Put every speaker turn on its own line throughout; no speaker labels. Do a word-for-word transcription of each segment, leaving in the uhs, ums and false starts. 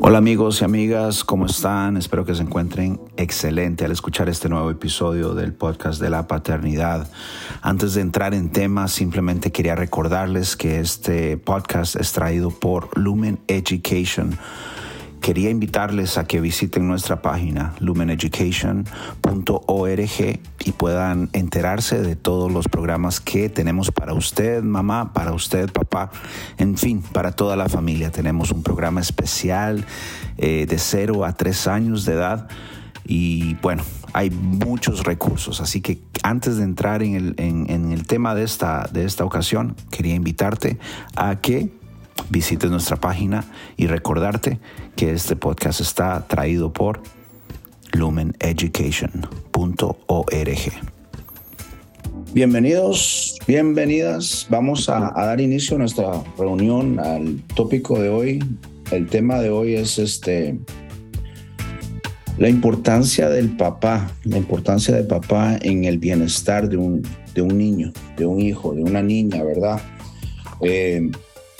Hola amigos y amigas, ¿cómo están? Espero que se encuentren excelente al escuchar este nuevo episodio del podcast de la paternidad. Antes de entrar en temas, simplemente quería recordarles que este podcast es traído por Lumen Education. Quería invitarles a que visiten nuestra página lumen education punto org y puedan enterarse de todos los programas que tenemos para usted, mamá, para usted, papá, en fin, para toda la familia. Tenemos un programa especial eh, de cero a tres años de edad y bueno, hay muchos recursos. Así que antes de entrar en el, en, en el tema de esta, de esta ocasión, quería invitarte a que visites nuestra página y recordarte que este podcast está traído por lumen education punto org. Bienvenidos, bienvenidas. Vamos a, a dar inicio a nuestra reunión, al tópico de hoy. El tema de hoy es este, la importancia del papá, la importancia del papá en el bienestar de un, de un niño, de un hijo, de una niña, ¿verdad? Eh,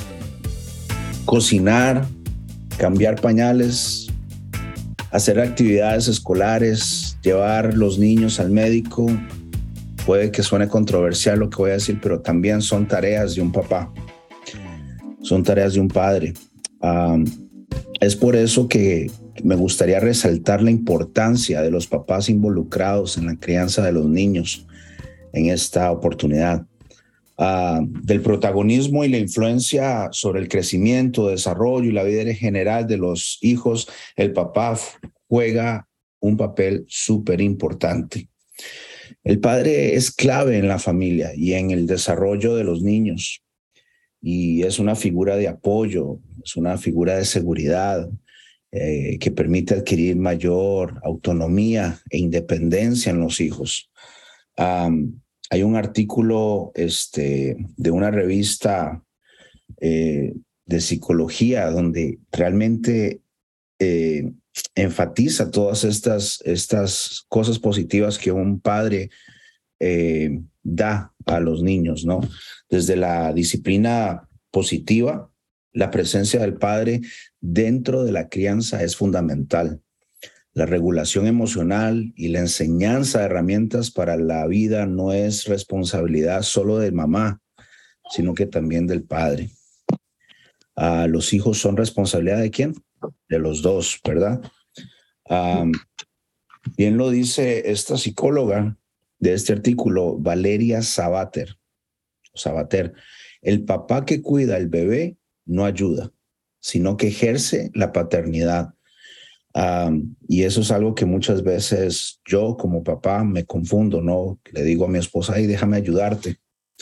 Cocinar, cambiar pañales, hacer actividades escolares, llevar los niños al médico. Puede que suene controversial lo que voy a decir, pero también son tareas de un papá, son tareas de un padre. Um, es por eso que me gustaría resaltar la importancia de los papás involucrados en la crianza de los niños en esta oportunidad. Uh, del protagonismo y la influencia sobre el crecimiento, desarrollo y la vida general de los hijos, el papá juega un papel súper importante. El padre es clave en la familia y en el desarrollo de los niños, y es una figura de apoyo, es una figura de seguridad eh, que permite adquirir mayor autonomía e independencia en los hijos. Um, Hay un artículo este, de una revista eh, de psicología donde realmente eh, enfatiza todas estas, estas cosas positivas que un padre eh, da a los niños, ¿no? Desde la disciplina positiva, la presencia del padre dentro de la crianza es fundamental. La regulación emocional y la enseñanza de herramientas para la vida no es responsabilidad solo de mamá, sino que también del padre. Uh, los hijos son responsabilidad ¿de quién? De los dos, ¿verdad? Um, bien lo dice esta psicóloga de este artículo, Valeria Sabater. Sabater. El papá que cuida al bebé no ayuda, sino que ejerce la paternidad. Um, y eso es algo que muchas veces yo como papá me confundo, ¿no? Le digo a mi esposa, ay, déjame ayudarte,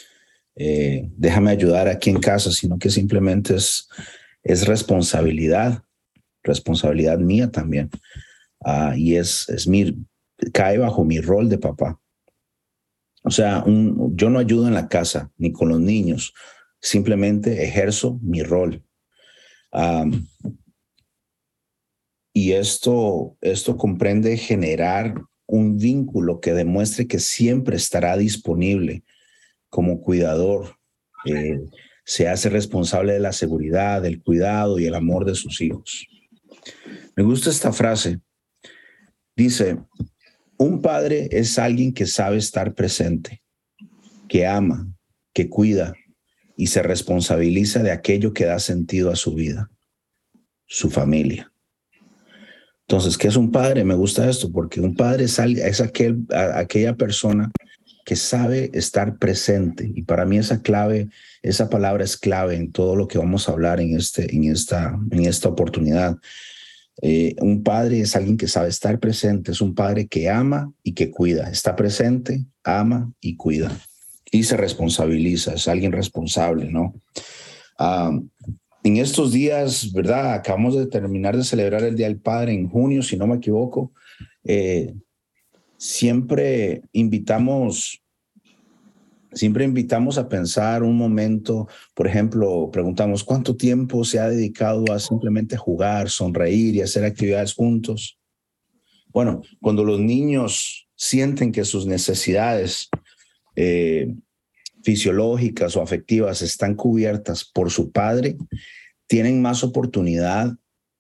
eh, déjame ayudar aquí en casa, sino que simplemente es, es responsabilidad, responsabilidad mía también. Uh, y es, es mi, cae bajo mi rol de papá. O sea, un, yo no ayudo en la casa ni con los niños, simplemente ejerzo mi rol. Um, Y esto, esto comprende generar un vínculo que demuestre que siempre estará disponible como cuidador. Eh, se hace responsable de la seguridad, del cuidado y el amor de sus hijos. Me gusta esta frase. Dice, un padre es alguien que sabe estar presente, que ama, que cuida y se responsabiliza de aquello que da sentido a su vida, su familia. Entonces, ¿qué es un padre? Me gusta esto porque un padre es, es aquel, a, aquella persona que sabe estar presente. Y para mí esa clave, esa palabra es clave en todo lo que vamos a hablar en, este, en, esta, en esta oportunidad. Eh, un padre es alguien que sabe estar presente, es un padre que ama y que cuida. Está presente, ama y cuida. Y se responsabiliza, es alguien responsable, ¿no? Um, En estos días, ¿verdad? Acabamos de terminar de celebrar el Día del Padre en junio, si no me equivoco. Eh, siempre invitamos, siempre invitamos a pensar un momento, por ejemplo, preguntamos cuánto tiempo se ha dedicado a simplemente jugar, sonreír y hacer actividades juntos. Bueno, cuando los niños sienten que sus necesidades eh, fisiológicas o afectivas están cubiertas por su padre, tienen más oportunidad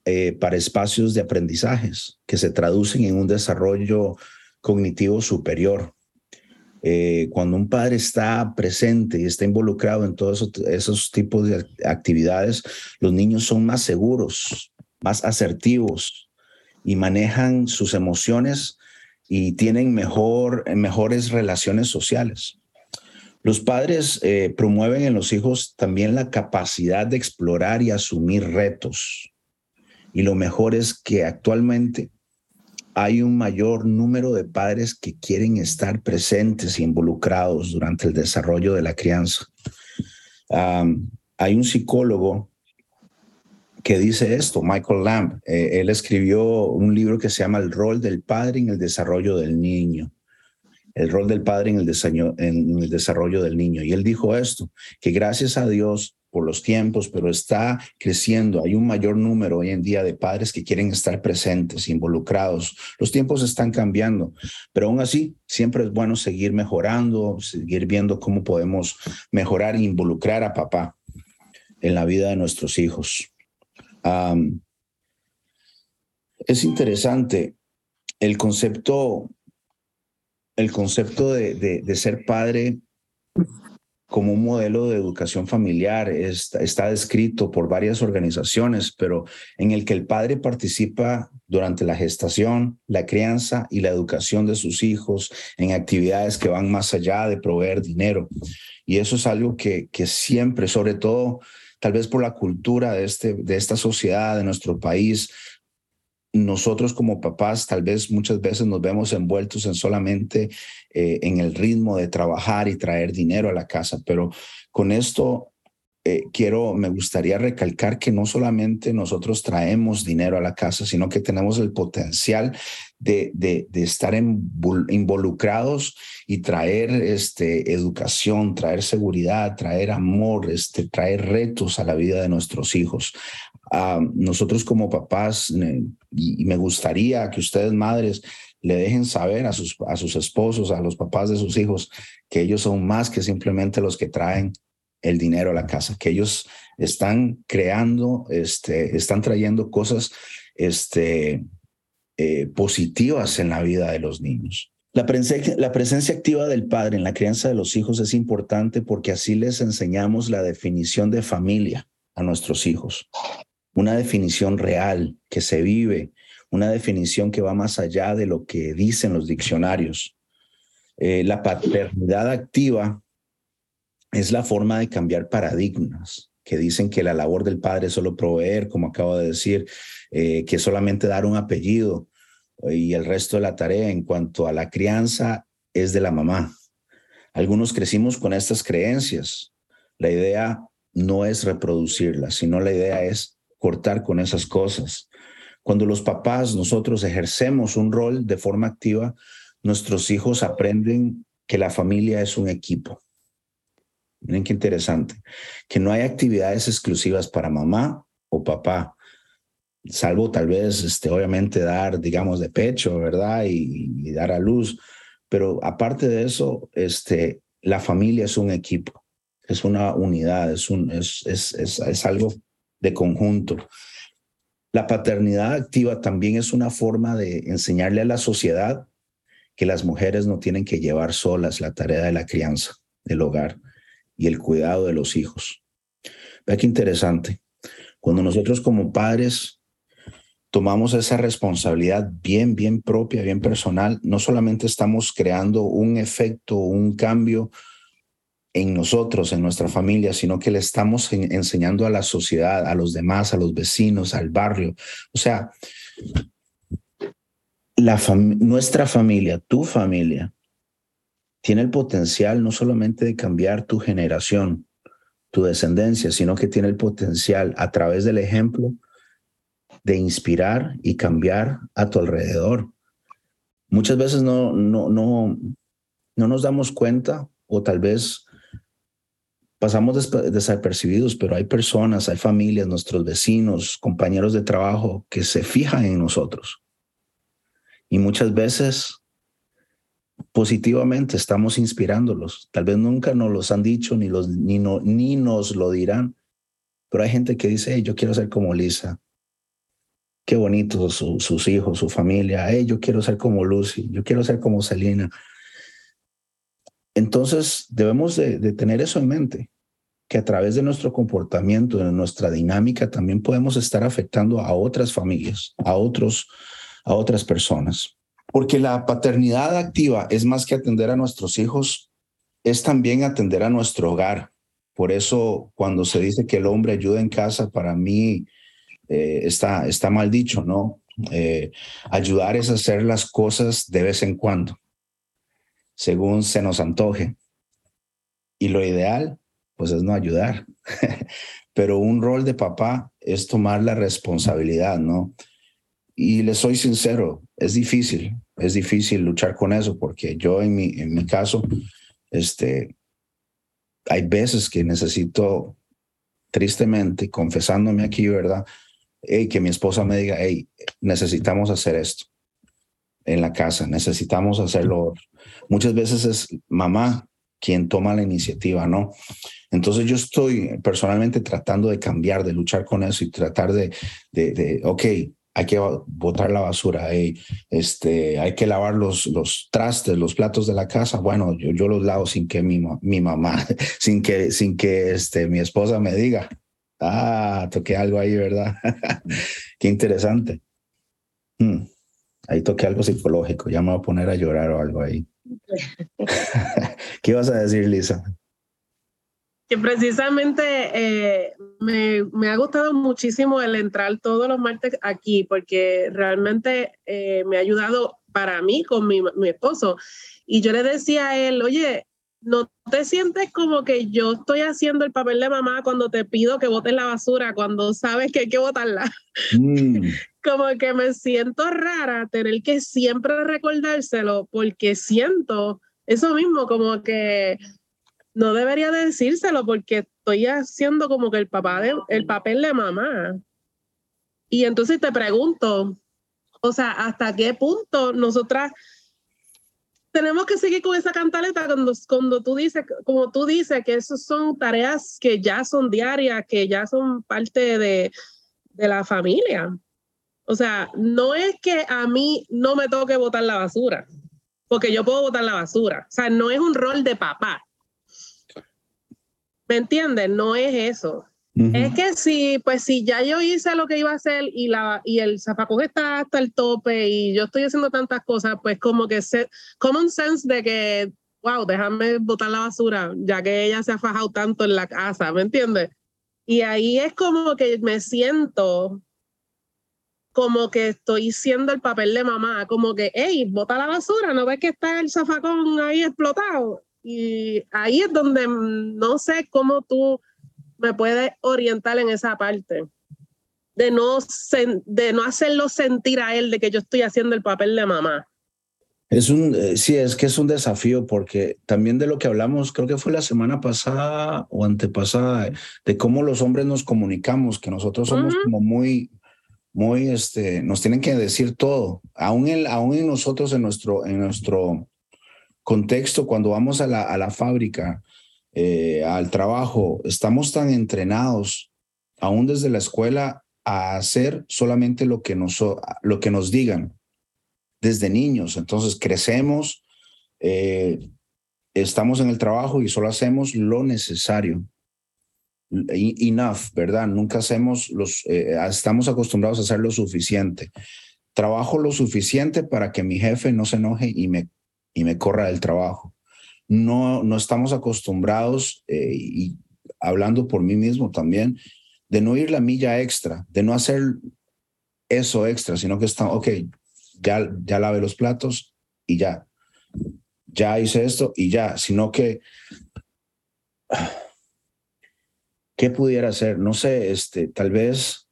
eh, para espacios de aprendizajes que se traducen en un desarrollo cognitivo superior. Eh, cuando un padre está presente y está involucrado en todos esos, esos tipos de actividades, los niños son más seguros, más asertivos y manejan sus emociones y tienen mejor, mejores relaciones sociales. Los padres eh, promueven en los hijos también la capacidad de explorar y asumir retos. Y lo mejor es que actualmente hay un mayor número de padres que quieren estar presentes e involucrados durante el desarrollo de la crianza. Um, hay un psicólogo que dice esto, Michael Lamb. Eh, él escribió un libro que se llama El rol del padre en el desarrollo del niño. El rol del padre en el, en el desarrollo del niño. Y él dijo esto, que gracias a Dios por los tiempos, pero está creciendo. Hay un mayor número hoy en día de padres que quieren estar presentes, involucrados. Los tiempos están cambiando, pero aún así siempre es bueno seguir mejorando, seguir viendo cómo podemos mejorar e involucrar a papá en la vida de nuestros hijos. Um, es interesante el concepto, el concepto de, de, de ser padre como un modelo de educación familiar. Está, está descrito por varias organizaciones, pero en el que el padre participa durante la gestación, la crianza y la educación de sus hijos en actividades que van más allá de proveer dinero. Y eso es algo que, que siempre, sobre todo, tal vez por la cultura de, este, de esta sociedad, de nuestro país, nosotros como papás tal vez muchas veces nos vemos envueltos en solamente eh, en el ritmo de trabajar y traer dinero a la casa, pero con esto eh, quiero, me gustaría recalcar que no solamente nosotros traemos dinero a la casa, sino que tenemos el potencial de, de, de estar en, involucrados y traer este, educación, traer seguridad, traer amor, este, traer retos a la vida de nuestros hijos. Uh, nosotros como papás, eh, y, y me gustaría que ustedes madres le dejen saber a sus, a sus esposos, a los papás de sus hijos, que ellos son más que simplemente los que traen el dinero a la casa, que ellos están creando, este, están trayendo cosas este, eh, positivas en la vida de los niños. La presencia, la presencia activa del padre en la crianza de los hijos es importante porque así les enseñamos la definición de familia a nuestros hijos. Una definición real que se vive, una definición que va más allá de lo que dicen los diccionarios. Eh, la paternidad activa es la forma de cambiar paradigmas que dicen que la labor del padre es solo proveer, como acabo de decir, eh, que solamente dar un apellido y el resto de la tarea en cuanto a la crianza es de la mamá. Algunos crecimos con estas creencias. La idea no es reproducirlas, sino la idea es cortar con esas cosas. Cuando los papás, nosotros ejercemos un rol de forma activa, nuestros hijos aprenden que la familia es un equipo. Miren qué interesante, que no hay actividades exclusivas para mamá o papá, salvo tal vez, este, obviamente, dar, digamos, de pecho, ¿verdad? Y, y dar a luz. Pero aparte de eso, este, la familia es un equipo, es una unidad, es, un, es, es, es, es algo de conjunto. La paternidad activa también es una forma de enseñarle a la sociedad que las mujeres no tienen que llevar solas la tarea de la crianza del hogar y el cuidado de los hijos. Vea qué interesante. Cuando nosotros como padres tomamos esa responsabilidad bien, bien propia, bien personal, no solamente estamos creando un efecto, un cambio en nosotros, en nuestra familia, sino que le estamos en, enseñando a la sociedad, a los demás, a los vecinos, al barrio. O sea, la fam- nuestra familia, tu familia, tiene el potencial no solamente de cambiar tu generación, tu descendencia, sino que tiene el potencial a través del ejemplo de inspirar y cambiar a tu alrededor. Muchas veces no, no, no, no nos damos cuenta o tal vez pasamos des- desapercibidos, pero hay personas, hay familias, nuestros vecinos, compañeros de trabajo que se fijan en nosotros. Y muchas veces positivamente estamos inspirándolos. Tal vez nunca nos los han dicho ni, los, ni, no, ni nos lo dirán, pero hay gente que dice, hey, yo quiero ser como Lisa. qué bonito su, sus hijos, su familia. Hey, yo quiero ser como Lucy, yo quiero ser como Selena. Entonces debemos de, de tener eso en mente, que a través de nuestro comportamiento, de nuestra dinámica, también podemos estar afectando a otras familias, a otros, a otras personas. Porque la paternidad activa es más que atender a nuestros hijos, es también atender a nuestro hogar. Por eso cuando se dice que el hombre ayuda en casa, para mí eh, está, está mal dicho, ¿no? Eh, ayudar es hacer las cosas de vez en cuando, según se nos antoje. Y lo ideal, pues es no ayudar. Pero un rol de papá es tomar la responsabilidad, ¿no? Y les soy sincero, es difícil, es difícil luchar con eso, porque yo en mi, en mi caso, este, hay veces que necesito, tristemente, confesándome aquí, ¿verdad? Hey, que mi esposa me diga, hey, necesitamos hacer esto en la casa, necesitamos hacerlo. Muchas veces es mamá quien toma la iniciativa, ¿no? Entonces yo estoy personalmente tratando de cambiar, de luchar con eso y tratar de, de, de ok, hay que botar la basura, hey, este, hay que lavar los, los trastes, los platos de la casa. Bueno, yo, yo los lavo sin que mi, mi mamá, sin que, sin que este, mi esposa me diga, ah, toqué algo ahí, ¿verdad? Qué interesante. Hmm. Ahí toqué algo psicológico, ya me voy a poner a llorar o algo ahí. ¿Qué ibas a decir, Lisa?
Que precisamente eh, me, me ha gustado muchísimo el entrar todos los martes aquí, porque realmente eh, me ha ayudado para mí con mi, mi esposo. Y yo le decía a él, oye, ¿no te sientes como que yo estoy haciendo el papel de mamá cuando te pido que botes la basura, cuando sabes que hay que botarla? Mm. Como que me siento rara tener que siempre recordárselo, porque siento eso mismo, como que no debería decírselo porque estoy haciendo como que el, papá de, el papel de mamá. Y entonces te pregunto, o sea, ¿hasta qué punto nosotras tenemos que seguir con esa cantaleta cuando, cuando tú dices, como tú dices, que esas son tareas que ya son diarias, que ya son parte de, de la familia? O sea, no es que a mí no me toque botar la basura, porque yo puedo botar la basura. O sea, no es un rol de papá. ¿Me entiendes? No es eso. Uh-huh. Es que si, pues si ya yo hice lo que iba a hacer y, la, y el zafacón está hasta el tope y yo estoy haciendo tantas cosas, pues como que se, common sense de que, wow, déjame botar la basura, ya que ella se ha fajado tanto en la casa, ¿me entiendes? Y ahí es como que me siento como que estoy siendo el papel de mamá, como que, hey, bota la basura, ¿no ves que está el zafacón ahí explotado? Y ahí es donde no sé cómo tú me puedes orientar en esa parte, de no, sen- de no hacerlo sentir a él de que yo estoy haciendo el papel de mamá.
Es un, eh, sí, es que es un desafío porque también de lo que hablamos, creo que fue la semana pasada o antepasada, de cómo los hombres nos comunicamos, que nosotros somos uh-huh. como muy, muy, este, nos tienen que decir todo, aún en, aún en nosotros, en nuestro, en nuestro contexto, cuando vamos a la, a la fábrica, eh, al trabajo, estamos tan entrenados, aún desde la escuela, a hacer solamente lo que nos, lo que nos digan desde niños. Entonces crecemos, eh, estamos en el trabajo y solo hacemos lo necesario. Enough, ¿verdad? Nunca hacemos los, eh, estamos acostumbrados a hacer lo suficiente. Trabajo lo suficiente para que mi jefe no se enoje y me, y me corra del trabajo. No, no estamos acostumbrados, eh, y hablando por mí mismo también, de no ir la milla extra, de no hacer eso extra, sino que está, ok, ya, ya lavé los platos y ya, ya hice esto y ya, sino que, ¿qué pudiera hacer? No sé, este, tal vez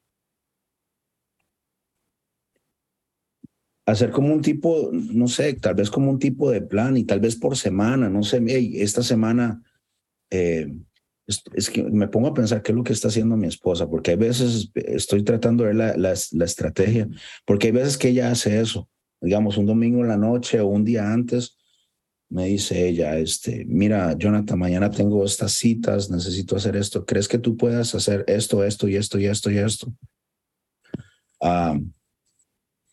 hacer como un tipo, no sé, tal vez como un tipo de plan y tal vez por semana, no sé, hey, esta semana eh, es, es que me pongo a pensar qué es lo que está haciendo mi esposa, porque hay veces estoy tratando de ver la, la, la estrategia, porque hay veces que ella hace eso, digamos un domingo en la noche o un día antes, me dice ella, este, mira, Jonathan, mañana tengo estas citas, necesito hacer esto, ¿crees que tú puedas hacer esto, esto y esto y esto y esto? Um,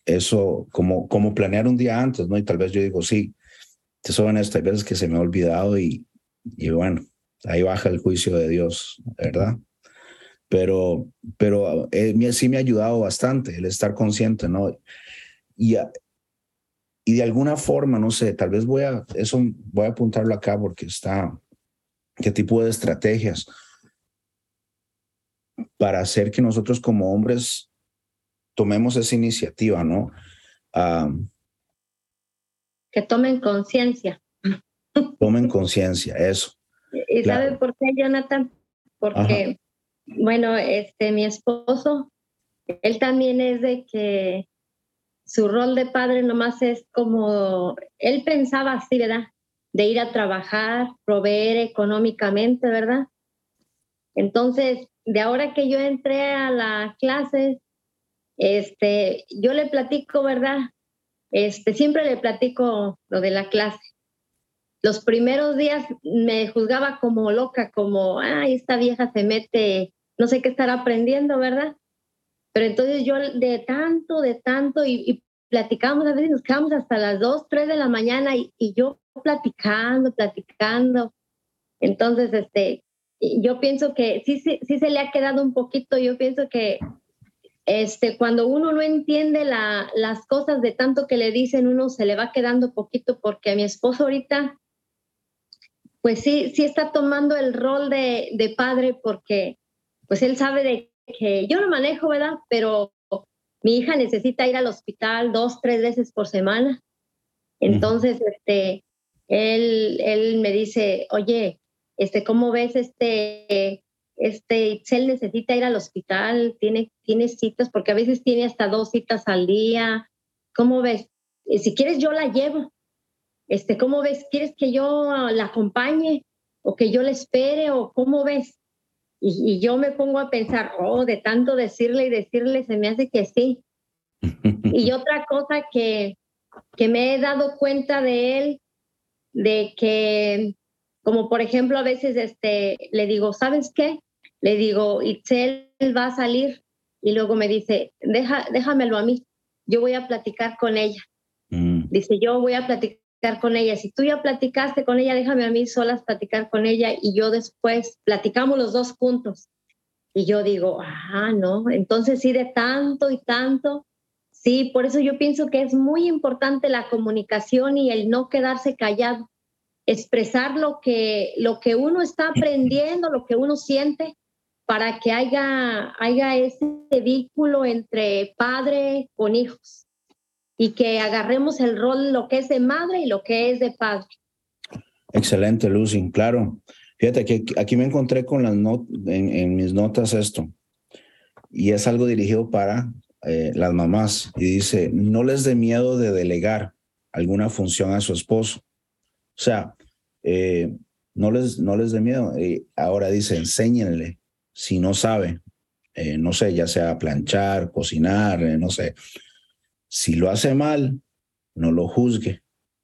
eso, como, como planear un día antes, ¿no? Y tal vez yo digo, sí, te soy honesto, hay veces que se me ha olvidado y, y bueno, ahí baja el juicio de Dios, ¿verdad? Pero, pero eh, sí me ha ayudado bastante el estar consciente, ¿no? Y, y de alguna forma, no sé, tal vez voy a, eso voy a apuntarlo acá porque está, qué tipo de estrategias para hacer que nosotros como hombres tomemos esa iniciativa, ¿no? Um,
que tomen conciencia.
Tomen conciencia, eso.
¿Y
claro.
sabe por qué, Jonathan? Porque, ajá, bueno, este, mi esposo, él también es de que su rol de padre nomás es como, él pensaba así, ¿verdad? De ir a trabajar, proveer económicamente, ¿verdad? Entonces, de ahora que yo entré a las clases, este, yo le platico, ¿verdad? Este, siempre le platico lo de la clase. Los primeros días me juzgaba como loca, como, ay, esta vieja se mete, no sé qué estará aprendiendo, ¿verdad? Pero entonces yo de tanto, de tanto, y, y platicamos, a veces nos quedamos hasta las dos, tres de la mañana, y, y yo platicando, platicando. Entonces, este, yo pienso que sí, sí, sí se le ha quedado un poquito, yo pienso que este, cuando uno no entiende la, las cosas de tanto que le dicen, uno se le va quedando poquito, porque a mi esposo ahorita, pues sí, sí está tomando el rol de, de padre, porque pues él sabe de que yo lo manejo, ¿verdad? Pero mi hija necesita ir al hospital dos, tres veces por semana. Entonces, uh-huh. este, él, él me dice, oye, este, ¿cómo ves este, este, Itzel necesita ir al hospital, tiene, tiene citas, porque a veces tiene hasta dos citas al día. ¿Cómo ves? Si quieres yo la llevo. Este, ¿cómo ves? ¿Quieres que yo la acompañe o que yo la espere o cómo ves? Y, y yo me pongo a pensar, oh, de tanto decirle y decirle, se me hace que sí. Y otra cosa que, que me he dado cuenta de él, de que, como por ejemplo, a veces este, le digo, ¿sabes qué? Le digo, Itzel va a salir, y luego me dice, Deja, déjamelo a mí, yo voy a platicar con ella. Mm. Dice, yo voy a platicar con ella. Si tú ya platicaste con ella, déjame a mí solas platicar con ella y yo después platicamos los dos juntos. Y yo digo, ah, no, entonces sí, de tanto y tanto. Sí, por eso yo pienso que es muy importante la comunicación y el no quedarse callado, expresar lo que, lo que uno está aprendiendo, lo que uno siente, para que haya, haya ese vínculo entre padre con hijos y que agarremos el rol, lo que es de madre y lo que es de padre.
Excelente, Lucy, claro. Fíjate que aquí me encontré con las not en, en mis notas esto, y es algo dirigido para eh, las mamás, y dice, no les dé miedo de delegar alguna función a su esposo. O sea, eh, no les, no les dé miedo. Eh, ahora dice, enséñenle si no sabe, eh, no sé, ya sea planchar, cocinar, eh, no sé. Si lo hace mal, no lo juzgue.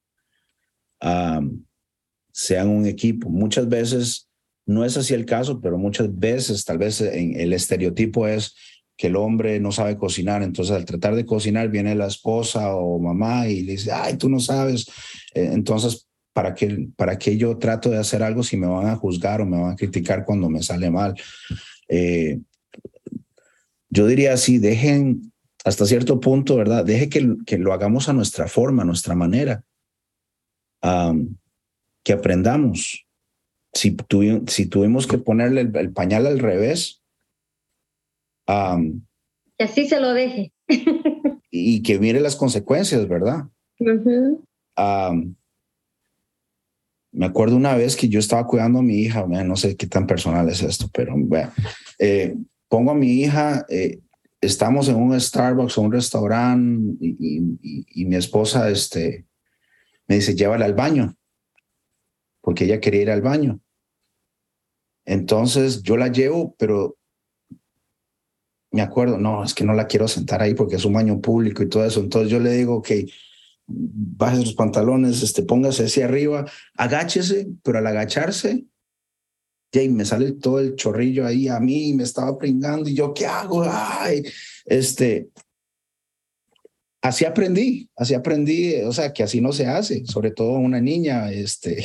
Um, sean un equipo. Muchas veces no es así el caso, pero muchas veces tal vez en el estereotipo es que el hombre no sabe cocinar, entonces al tratar de cocinar viene la esposa o mamá y le dice, ay, tú no sabes. Eh, entonces, ¿para qué, ¿para qué yo trato de hacer algo si me van a juzgar o me van a criticar cuando me sale mal? Eh, yo diría así, dejen hasta cierto punto, ¿verdad? Deje que, que lo hagamos a nuestra forma, a nuestra manera. Um, que aprendamos. Si, tuvi, si tuvimos que ponerle el, el pañal al revés. Um,
que así se lo deje.
Y que mire las consecuencias, ¿verdad? Uh-huh. Um, me acuerdo una vez que yo estaba cuidando a mi hija, no sé qué tan personal es esto, pero bueno, eh, pongo a mi hija, eh, estamos en un Starbucks o un restaurante y, y, y mi esposa este, me dice, llévala al baño, porque ella quería ir al baño. Entonces yo la llevo, pero me acuerdo, no, es que no la quiero sentar ahí porque es un baño público y todo eso. Entonces yo le digo, ok, baje los pantalones, este, póngase hacia arriba, agáchese, pero al agacharse, ya y me sale todo el chorrillo ahí a mí, me estaba pringando y yo, ¿qué hago? Ay, este, así aprendí, así aprendí, o sea, que así no se hace, sobre todo una niña, este,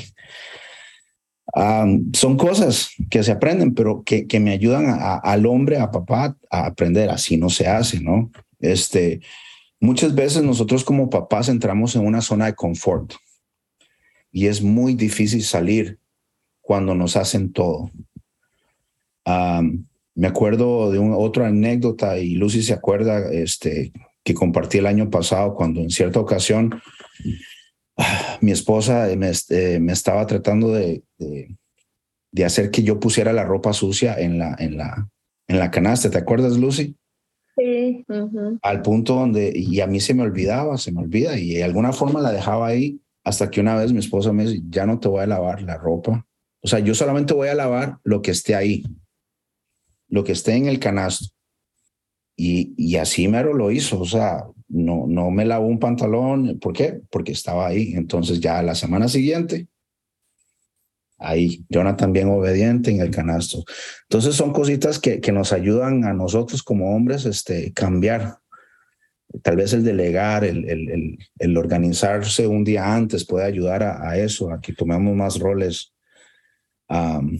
um, son cosas que se aprenden, pero que, que me ayudan a, a, al hombre, a papá, a aprender, así no se hace, ¿no? Este, muchas veces nosotros como papás entramos en una zona de confort y es muy difícil salir cuando nos hacen todo. Um, me acuerdo de una otra anécdota y Lucy se acuerda, este, que compartí el año pasado cuando en cierta ocasión mi esposa me, eh, me estaba tratando de, de, de hacer que yo pusiera la ropa sucia en la, en la, en la canasta. ¿Te acuerdas, Lucy?
Sí. Uh-huh.
Al punto donde, y a mí se me olvidaba, se me olvida, y de alguna forma la dejaba ahí hasta que una vez mi esposa me dice, ya no te voy a lavar la ropa. O sea, yo solamente voy a lavar lo que esté ahí, lo que esté en el canasto. Y, y así mero lo hizo, o sea, no, no me lavó un pantalón. ¿Por qué? Porque estaba ahí. Entonces ya la semana siguiente, ahí, Jonathan bien obediente en el canasto. Entonces son cositas que, que nos ayudan a nosotros como hombres, este, cambiar. Tal vez el delegar, el, el, el, el organizarse un día antes puede ayudar a, a eso, a que tomemos más roles um,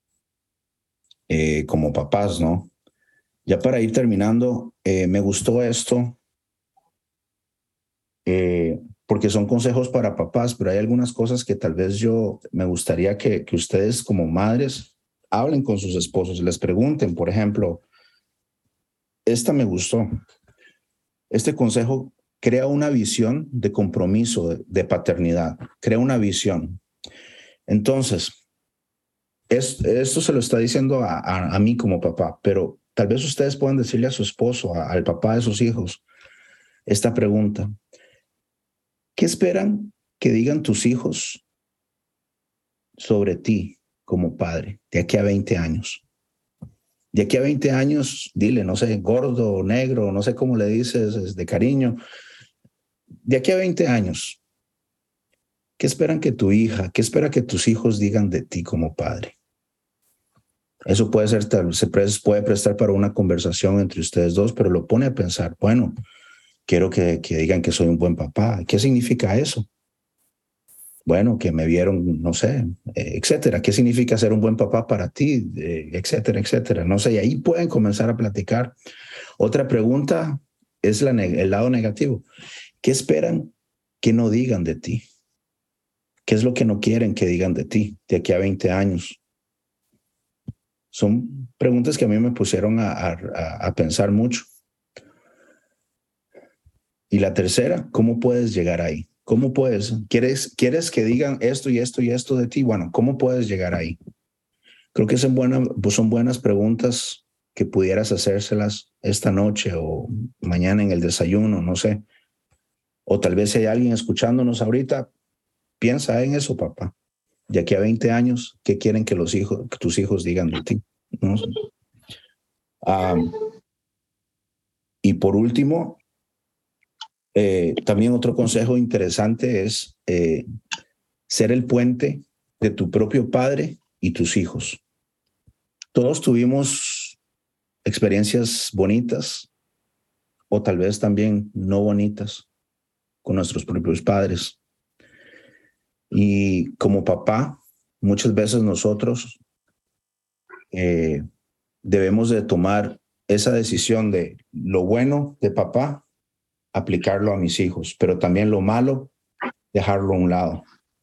eh, como papás, ¿no? Ya para ir terminando, eh, me gustó esto, eh, porque son consejos para papás, pero hay algunas cosas que tal vez yo me gustaría que, que ustedes como madres hablen con sus esposos, les pregunten, por ejemplo, esta me gustó. Este consejo crea una visión de compromiso, de, de paternidad, crea una visión. Entonces, es, esto se lo está diciendo a, a, a mí como papá, pero tal vez ustedes puedan decirle a su esposo, a, al papá de sus hijos, esta pregunta. ¿Qué esperan que digan tus hijos sobre ti como padre de aquí a veinte años? De aquí a veinte años, dile, no sé, gordo, negro, no sé cómo le dices de cariño. De aquí a veinte años, ¿qué esperan que tu hija, qué espera que tus hijos digan de ti como padre? Eso puede ser, se puede prestar para una conversación entre ustedes dos, pero lo pone a pensar, bueno, quiero que, que digan que soy un buen papá. ¿Qué significa eso? Bueno, que me vieron, no sé, eh, etcétera. ¿Qué significa ser un buen papá para ti? Eh, etcétera, etcétera. No sé, y ahí pueden comenzar a platicar. Otra pregunta es la, el lado negativo. ¿Qué esperan que no digan de ti? ¿Qué es lo que no quieren que digan de ti de aquí a veinte años? Son preguntas que a mí me pusieron a, a, a pensar mucho. Y la tercera, ¿cómo puedes llegar ahí? ¿Cómo puedes? ¿Quieres, ¿Quieres que digan esto y esto y esto de ti? Bueno, ¿cómo puedes llegar ahí? Creo que son buenas, pues son buenas preguntas que pudieras hacérselas esta noche o mañana en el desayuno, no sé. O tal vez si hay alguien escuchándonos ahorita, piensa en eso, papá. De aquí a veinte años, ¿qué quieren que los hijos, que tus hijos digan de ti? ¿No? Um, y por último, eh, también otro consejo interesante es eh, ser el puente de tu propio padre y tus hijos. Todos tuvimos experiencias bonitas o tal vez también no bonitas con nuestros propios padres. Y como papá, muchas veces nosotros eh, debemos de tomar esa decisión de lo bueno de papá, aplicarlo a mis hijos, pero también lo malo, dejarlo a un lado.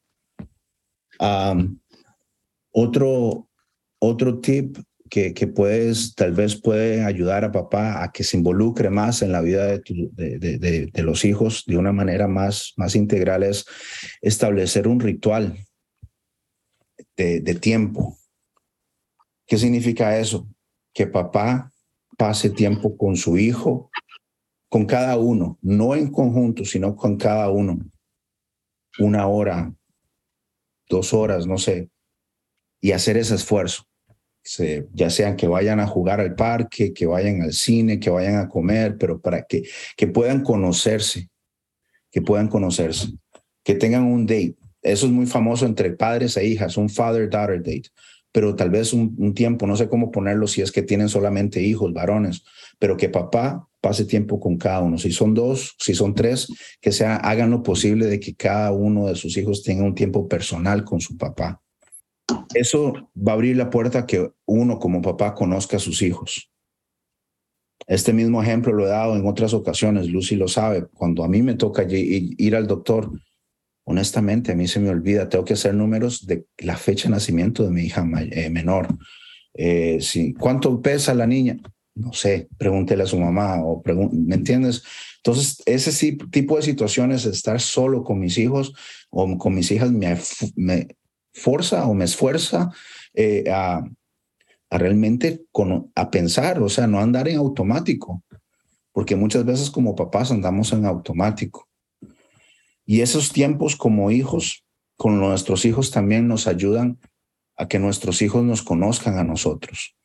Um, otro, otro tip que, que puedes, tal vez puede ayudar a papá a que se involucre más en la vida de, tu, de, de, de, de los hijos de una manera más, más integral es establecer un ritual de, de tiempo. ¿Qué significa eso? Que papá pase tiempo con su hijo, con cada uno, no en conjunto, sino con cada uno. Una hora, dos horas, no sé, y hacer ese esfuerzo. Se, ya sean que vayan a jugar al parque, que vayan al cine, que vayan a comer, pero para que, que puedan conocerse, que puedan conocerse, que tengan un date. Eso es muy famoso entre padres e hijas, un father-daughter date. pero tal vez un, un tiempo, no sé cómo ponerlo si es que tienen solamente hijos, varones, pero que papá pase tiempo con cada uno. Si son dos, si son tres, que sea, hagan lo posible de que cada uno de sus hijos tenga un tiempo personal con su papá. Eso va a abrir la puerta a que uno como papá conozca a sus hijos. Este mismo ejemplo lo he dado en otras ocasiones, Lucy lo sabe. Cuando a mí me toca ir al doctor, honestamente, a mí se me olvida, tengo que hacer números de la fecha de nacimiento de mi hija eh, menor. Eh, si, ¿cuánto pesa la niña? No sé, pregúntele a su mamá, o ¿me entiendes? Entonces, ese tipo de situaciones, estar solo con mis hijos o con mis hijas, me, me forza o me esfuerza eh, a, a realmente con, a pensar, o sea, no andar en automático, porque muchas veces como papás andamos en automático. Y esos tiempos como hijos, con nuestros hijos también nos ayudan a que nuestros hijos nos conozcan a nosotros.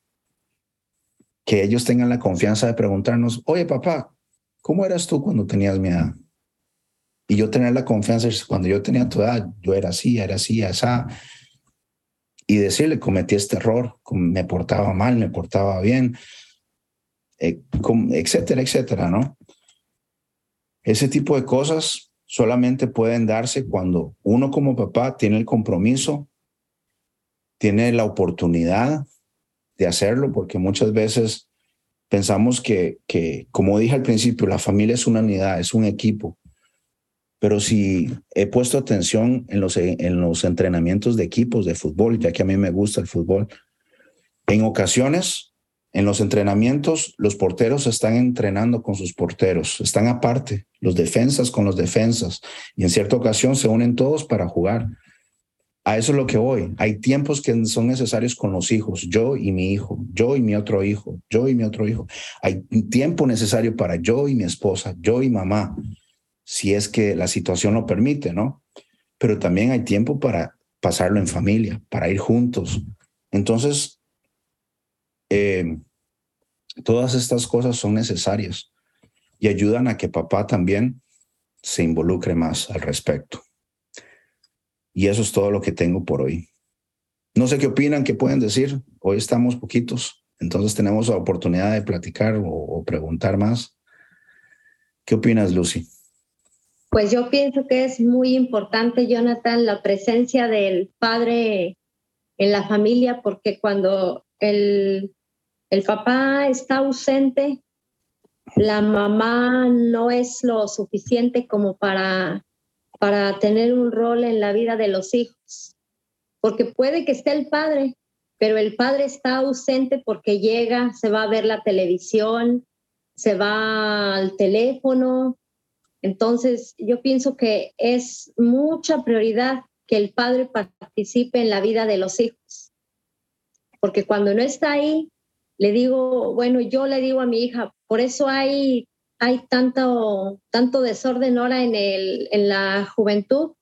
Que ellos tengan la confianza de preguntarnos, oye papá, ¿cómo eras tú cuando tenías mi edad? Y yo tener la confianza, cuando yo tenía tu edad, yo era así, era así, asá. Y decirle, cometí este error, me portaba mal, me portaba bien, etcétera, etcétera, ¿no? Ese tipo de cosas solamente pueden darse cuando uno como papá tiene el compromiso, tiene la oportunidad de hacerlo, porque muchas veces pensamos que, que, como dije al principio, la familia es una unidad, es un equipo. Pero si he puesto atención en los, en los entrenamientos de equipos de fútbol, ya que a mí me gusta el fútbol, en ocasiones, en los entrenamientos, los porteros están entrenando con sus porteros, están aparte, los defensas con los defensas, y en cierta ocasión se unen todos para jugar. A eso es lo que voy. Hay tiempos que son necesarios con los hijos, yo y mi hijo, yo y mi otro hijo, yo y mi otro hijo. Hay tiempo necesario para yo y mi esposa, yo y mamá, si es que la situación lo permite, ¿no? Pero también hay tiempo para pasarlo en familia, para ir juntos. Entonces, eh, todas estas cosas son necesarias y ayudan a que papá también se involucre más al respecto. Y eso es todo lo que tengo por hoy. No sé qué opinan, qué pueden decir. Hoy estamos poquitos, entonces tenemos la oportunidad de platicar o, o preguntar más. ¿Qué opinas, Lucy?
Pues yo pienso que es muy importante, Jonathan, la presencia del padre en la familia, porque cuando el, el papá está ausente, la mamá no es lo suficiente como para, para tener un rol en la vida de los hijos. Porque puede que esté el padre, pero el padre está ausente porque llega, se va a ver la televisión, se va al teléfono. Entonces, yo pienso que es mucha prioridad que el padre participe en la vida de los hijos. Porque cuando no está ahí, le digo, bueno, yo le digo a mi hija, por eso hay, hay tanto, tanto desorden ahora en, el, en la juventud,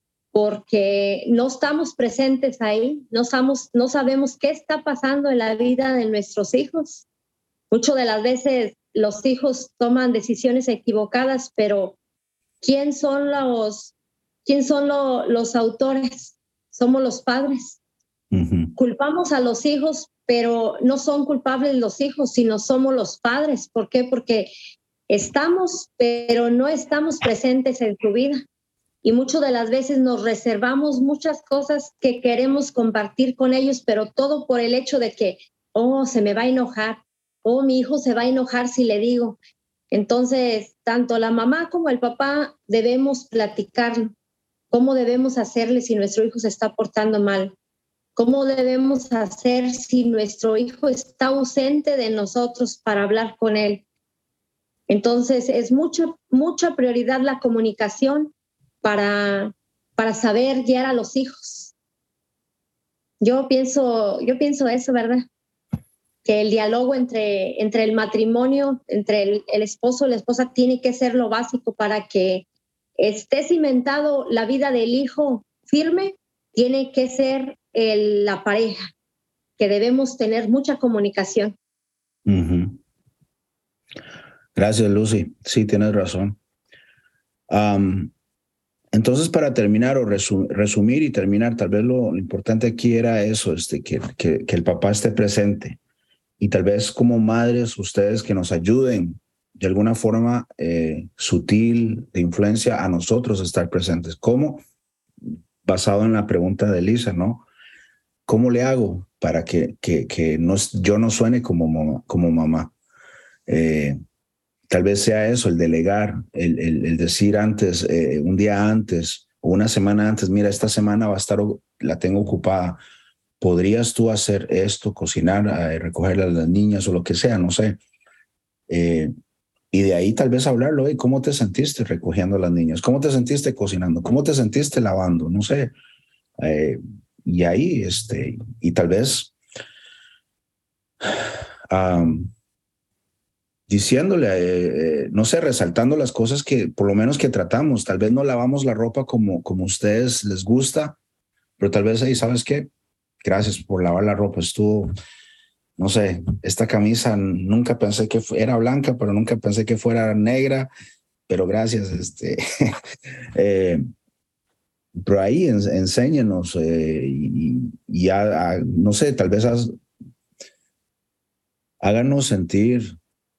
porque no estamos presentes ahí, no, estamos, no sabemos qué está pasando en la vida de nuestros hijos. Muchas de las veces los hijos toman decisiones equivocadas, pero ¿quién son los, quién son lo, los autores? Somos los padres. Uh-huh. Culpamos a los hijos, pero no son culpables los hijos, sino somos los padres. ¿Por qué? Porque estamos, pero no estamos presentes en su vida. Y muchas de las veces nos reservamos muchas cosas que queremos compartir con ellos, pero todo por el hecho de que, oh, se me va a enojar, oh, mi hijo se va a enojar si le digo. Entonces, tanto la mamá como el papá debemos platicarlo. ¿Cómo debemos hacerle si nuestro hijo se está portando mal? ¿Cómo debemos hacer si nuestro hijo está ausente de nosotros para hablar con él? Entonces, es mucha, mucha prioridad la comunicación para, para saber guiar a los hijos. Yo pienso, yo pienso eso, ¿verdad? Que el diálogo entre, entre el matrimonio, entre el, el esposo y la esposa tiene que ser lo básico para que esté cimentado la vida del hijo firme, tiene que ser el, la pareja, que debemos tener mucha comunicación.
Uh-huh. Gracias, Lucy. Sí, tienes razón. Um, entonces, para terminar o resu- resumir y terminar, tal vez lo, lo importante aquí era eso, este, que, que, que el papá esté presente. Y tal vez como madres, ustedes que nos ayuden de alguna forma eh, sutil, de influencia a nosotros estar presentes. ¿Cómo? Basado en la pregunta de Lisa, ¿no? ¿Cómo le hago para que, que, que no, yo no suene como mamá? Como mamá? Eh, tal vez sea eso, el delegar, el, el, el decir antes, eh, un día antes o una semana antes, mira, esta semana va a estar, la tengo ocupada. ¿Podrías tú hacer esto, cocinar, eh, recoger a las niñas o lo que sea? No sé. Eh, y de ahí tal vez hablarlo, ¿eh? ¿Cómo te sentiste recogiendo a las niñas? ¿Cómo te sentiste cocinando? ¿Cómo te sentiste lavando? No sé. Eh, y ahí, este, y tal vez um, diciéndole, eh, eh, no sé, resaltando las cosas que por lo menos que tratamos. Tal vez no lavamos la ropa como, como a ustedes les gusta, pero tal vez ahí, ¿sabes qué? Gracias por lavar la ropa. Estuvo, no sé, esta camisa nunca pensé que era blanca, pero nunca pensé que fuera negra, pero gracias. Este, eh, pero ahí en, enséñenos eh, y, y a, a, no sé, tal vez has, háganos sentir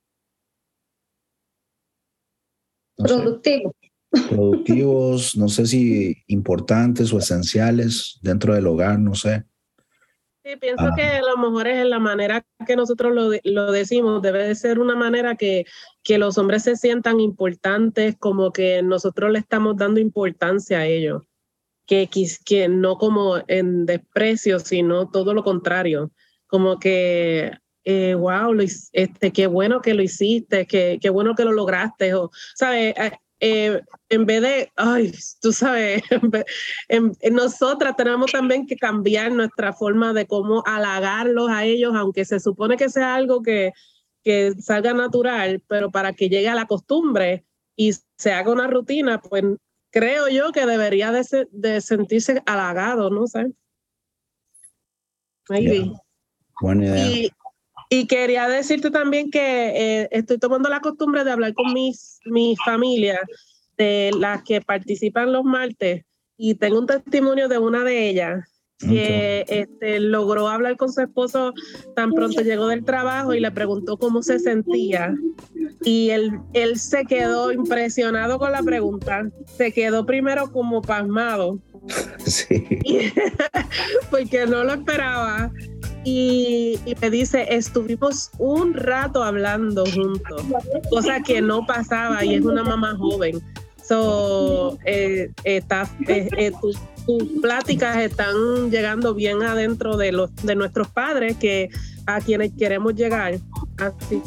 no productivos.
Sé, productivos, no sé si importantes o esenciales dentro del hogar, no sé.
Sí, pienso ah. que a lo mejor es la manera que nosotros lo, lo decimos, debe de ser una manera que, que los hombres se sientan importantes, como que nosotros le estamos dando importancia a ellos, que, que no como en desprecio, sino todo lo contrario, como que, eh, wow, lo, este, qué bueno que lo hiciste, qué, qué bueno que lo lograste, o, ¿sabes? Eh, en vez de, ay, tú sabes, en, en nosotras tenemos también que cambiar nuestra forma de cómo halagarlos a ellos, aunque se supone que sea algo que, que salga natural, pero para que llegue a la costumbre y se haga una rutina, pues creo yo que debería de, ser, de sentirse halagado, ¿no sé? Maybe.
Yeah. Buena idea.
Y, y quería decirte también que eh, estoy tomando la costumbre de hablar con mis, mi familia, de las que participan los martes, y tengo un testimonio de una de ellas que okay. este, logró hablar con su esposo tan pronto llegó del trabajo y le preguntó cómo se sentía. Y él, él se quedó impresionado con la pregunta, se quedó primero como pasmado.
Sí.
Porque no lo esperaba. Y, y me dice, estuvimos un rato hablando juntos, cosa que no pasaba, y es una mamá joven. So, eh, está, eh, eh, tus, tus pláticas están llegando bien adentro de, los, de nuestros padres, que a quienes queremos llegar. Así